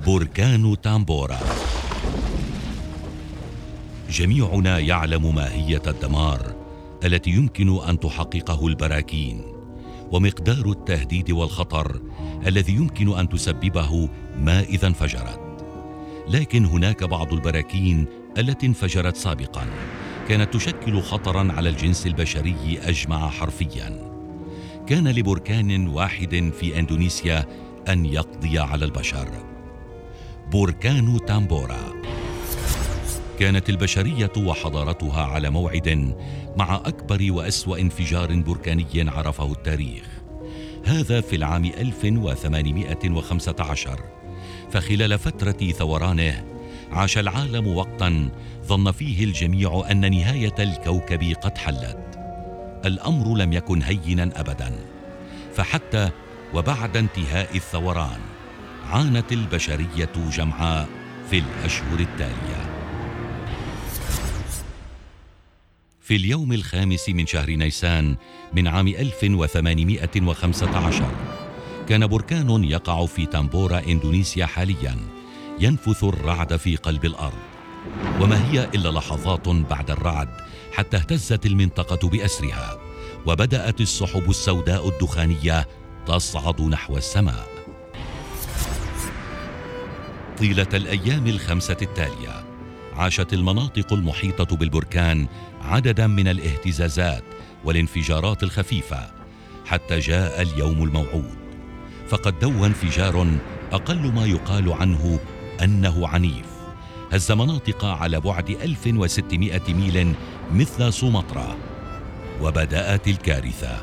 بركان تامبورا. جميعنا يعلم ماهية الدمار التي يمكن أن تحققه البراكين، ومقدار التهديد والخطر الذي يمكن أن تسببه ما إذا انفجرت. لكن هناك بعض البراكين التي انفجرت سابقا كانت تشكل خطرا على الجنس البشري أجمع حرفيا. كان لبركان واحد في إندونيسيا أن يقضي على البشر: بركان تامبورا. كانت البشرية وحضارتها على موعد مع أكبر وأسوأ انفجار بركاني عرفه التاريخ، هذا في العام 1815. فخلال فترة ثورانه عاش العالم وقتا ظن فيه الجميع أن نهاية الكوكب قد حلت. الأمر لم يكن هينا أبدا، فحتى وبعد انتهاء الثوران عانت البشرية جمعاء في الأشهر التالية. في اليوم الخامس من شهر نيسان من عام 1815 كان بركان يقع في تامبورا إندونيسيا حاليا ينفث الرعد في قلب الأرض، وما هي إلا لحظات بعد الرعد حتى اهتزت المنطقة بأسرها، وبدأت السحب السوداء الدخانية تصعد نحو السماء. طيلة الأيام الخمسة التالية عاشت المناطق المحيطة بالبركان عددا من الاهتزازات والانفجارات الخفيفة، حتى جاء اليوم الموعود، فقد دوى انفجار أقل ما يقال عنه أنه عنيف هز مناطق على بعد 1600 ميل مثل سومطرة. وبدأت الكارثة.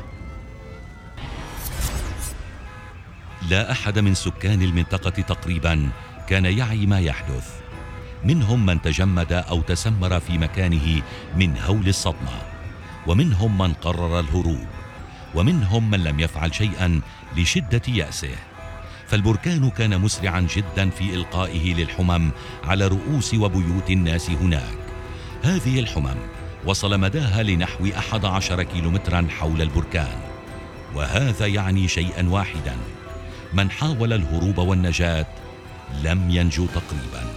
لا أحد من سكان المنطقة تقريبا كان يعي ما يحدث، منهم من تجمد أو تسمر في مكانه من هول الصدمة، ومنهم من قرر الهروب، ومنهم من لم يفعل شيئا لشدة يأسه. فالبركان كان مسرعا جدا في إلقائه للحمم على رؤوس وبيوت الناس هناك. هذه الحمم وصل مداها لنحو 11 كيلومترا حول البركان، وهذا يعني شيئا واحدا: من حاول الهروب والنجاة لم ينجو تقريبا.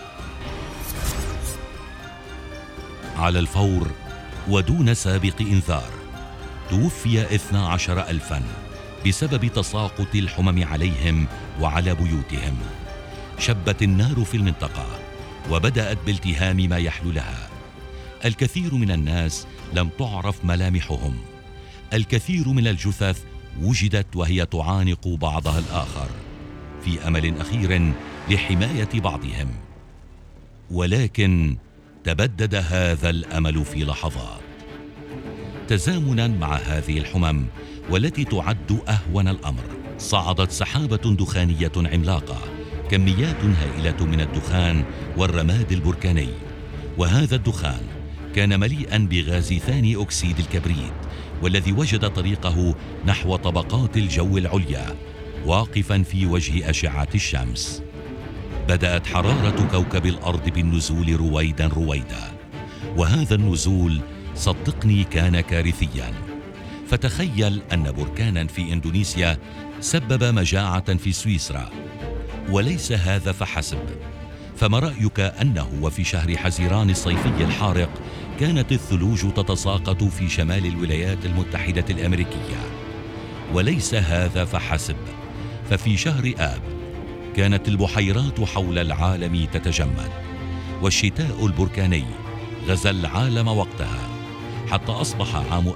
على الفور ودون سابق إنذار توفي 12,000 بسبب تساقط الحمم عليهم وعلى بيوتهم. شبت النار في المنطقة وبدأت بالتهام ما يحلو لها. الكثير من الناس لم تعرف ملامحهم، الكثير من الجثث وجدت وهي تعانق بعضها الآخر في أمل أخير لحماية بعضهم، ولكن تبدد هذا الأمل في لحظات. تزامنا مع هذه الحمم والتي تعد أهون الأمر، صعدت سحابة دخانية عملاقة، كميات هائلة من الدخان والرماد البركاني، وهذا الدخان كان مليئا بغاز ثاني أكسيد الكبريت، والذي وجد طريقه نحو طبقات الجو العليا واقفا في وجه أشعة الشمس. بدأت حرارة كوكب الأرض بالنزول رويدا رويدا، وهذا النزول صدقني كان كارثيا. فتخيل أن بركانا في إندونيسيا سبب مجاعة في سويسرا، وليس هذا فحسب، فما رأيك أنه وفي شهر حزيران الصيفي الحارق كانت الثلوج تتساقط في شمال الولايات المتحدة الأمريكية؟ وليس هذا فحسب، ففي شهر آب كانت البحيرات حول العالم تتجمد، والشتاء البركاني غزا العالم وقتها، حتى أصبح عام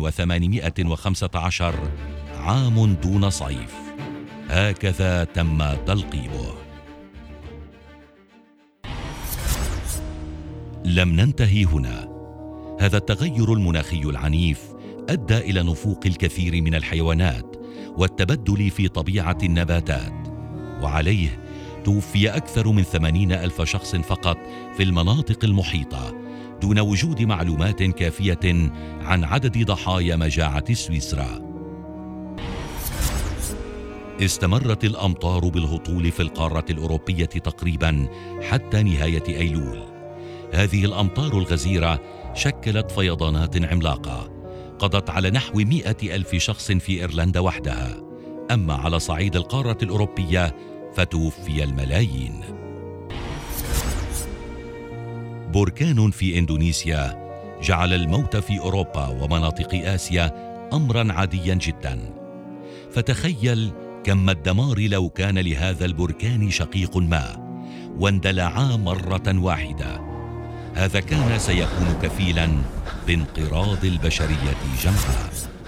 1815 عام دون صيف. هكذا تم تلقيبه. لم ننتهي هنا. هذا التغير المناخي العنيف أدى إلى نفوق الكثير من الحيوانات والتبدل في طبيعة النباتات، وعليه توفي أكثر من 80,000 شخص فقط في المناطق المحيطة، دون وجود معلومات كافية عن عدد ضحايا مجاعة سويسرا. استمرت الأمطار بالهطول في القارة الأوروبية تقريبا حتى نهاية أيلول. هذه الأمطار الغزيرة شكلت فيضانات عملاقة قضت على نحو 100,000 شخص في إيرلندا وحدها. أما على صعيد القارة الأوروبية فتوفي الملايين. بركان في إندونيسيا جعل الموت في أوروبا ومناطق آسيا أمراً عادياً جداً. فتخيل كم الدمار لو كان لهذا البركان شقيق ما واندلعا مرة واحدة. هذا كان سيكون كفيلاً بانقراض البشرية جمعاء.